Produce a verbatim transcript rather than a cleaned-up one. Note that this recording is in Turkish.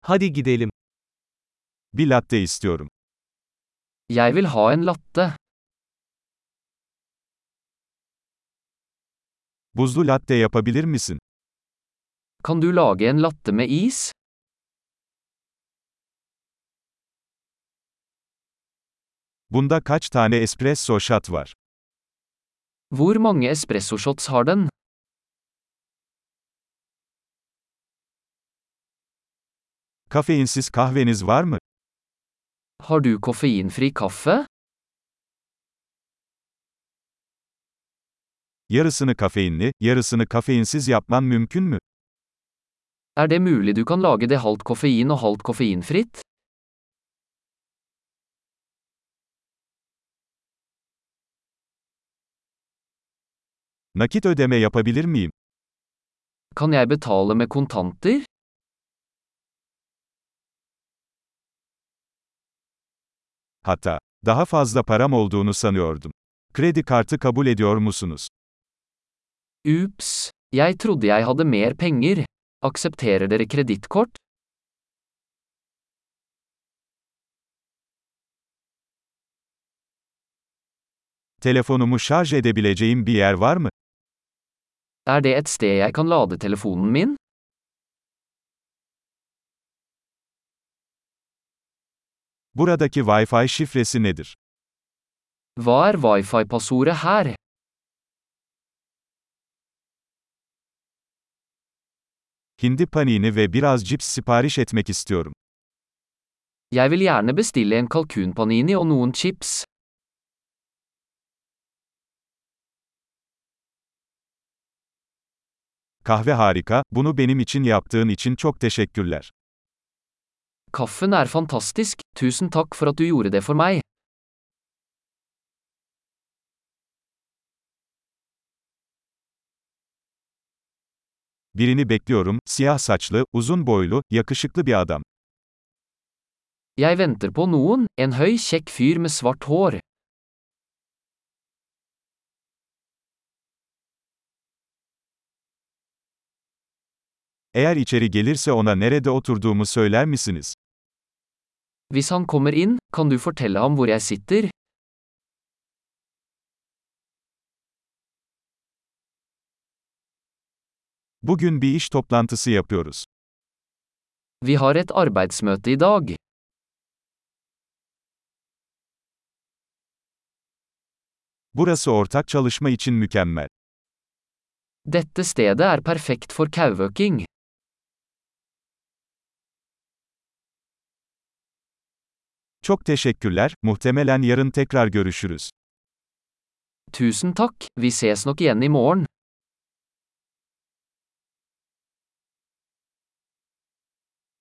Hadi gidelim. Bir latte istiyorum. Jeg vil ha en latte. Buzlu latte yapabilir misin? Kan du lage en latte med is? Bunda kaç tane espresso shot var? Hvor mange espresso shots har den? Kafeinsiz kahveniz var mı? Har du koffeinfri kaffe? Yarısını kafeinli, yarısını kafeinsiz yapman mümkün mü? Er det mulig du kan lage det halvt koffein og halvt koffeinfritt? Nakit ödeme yapabilir miyim? Kan jeg betale med kontanter? Hatta, daha fazla param olduğunu sanıyordum. Kredi kartı kabul ediyor musunuz? Ups, jeg trodde jeg hadde mer penger. Aksepterer dere kredittkort? Telefonumu şarj edebileceğim bir yer var mı? Er det et sted jeg kan lade telefonen min? Buradaki Wi-Fi şifresi nedir? Hva er wifi-passordet her? Hindi panini ve biraz cips sipariş etmek istiyorum. Jeg vil gjerne bestille en kalkunpanini og noen chips. Kahve harika, bunu benim için yaptığın için çok teşekkürler. Kaffen er fantastisk, tusen takk for at du gjorde det for meg. Birini bekliyorum, siyah saçlı, uzun boylu, yakışıklı bir adam. Jeg venter på noen, en høy, kjekk fyr med svart hår. Eğer içeri gelirse ona nerede oturduğumu söyler misiniz? Hvis han kommer inn, kan du fortelle ham hvor jeg sitter? Bugün bir iş toplantısı yapıyoruz. Vi har et arbeidsmøte i dag. Burası ortak çalışma için mükemmel. Dette stedet er perfekt for kauøking. Çok teşekkürler, muhtemelen yarın tekrar görüşürüz. Tusen takk, vi ses nok igjen i morgen.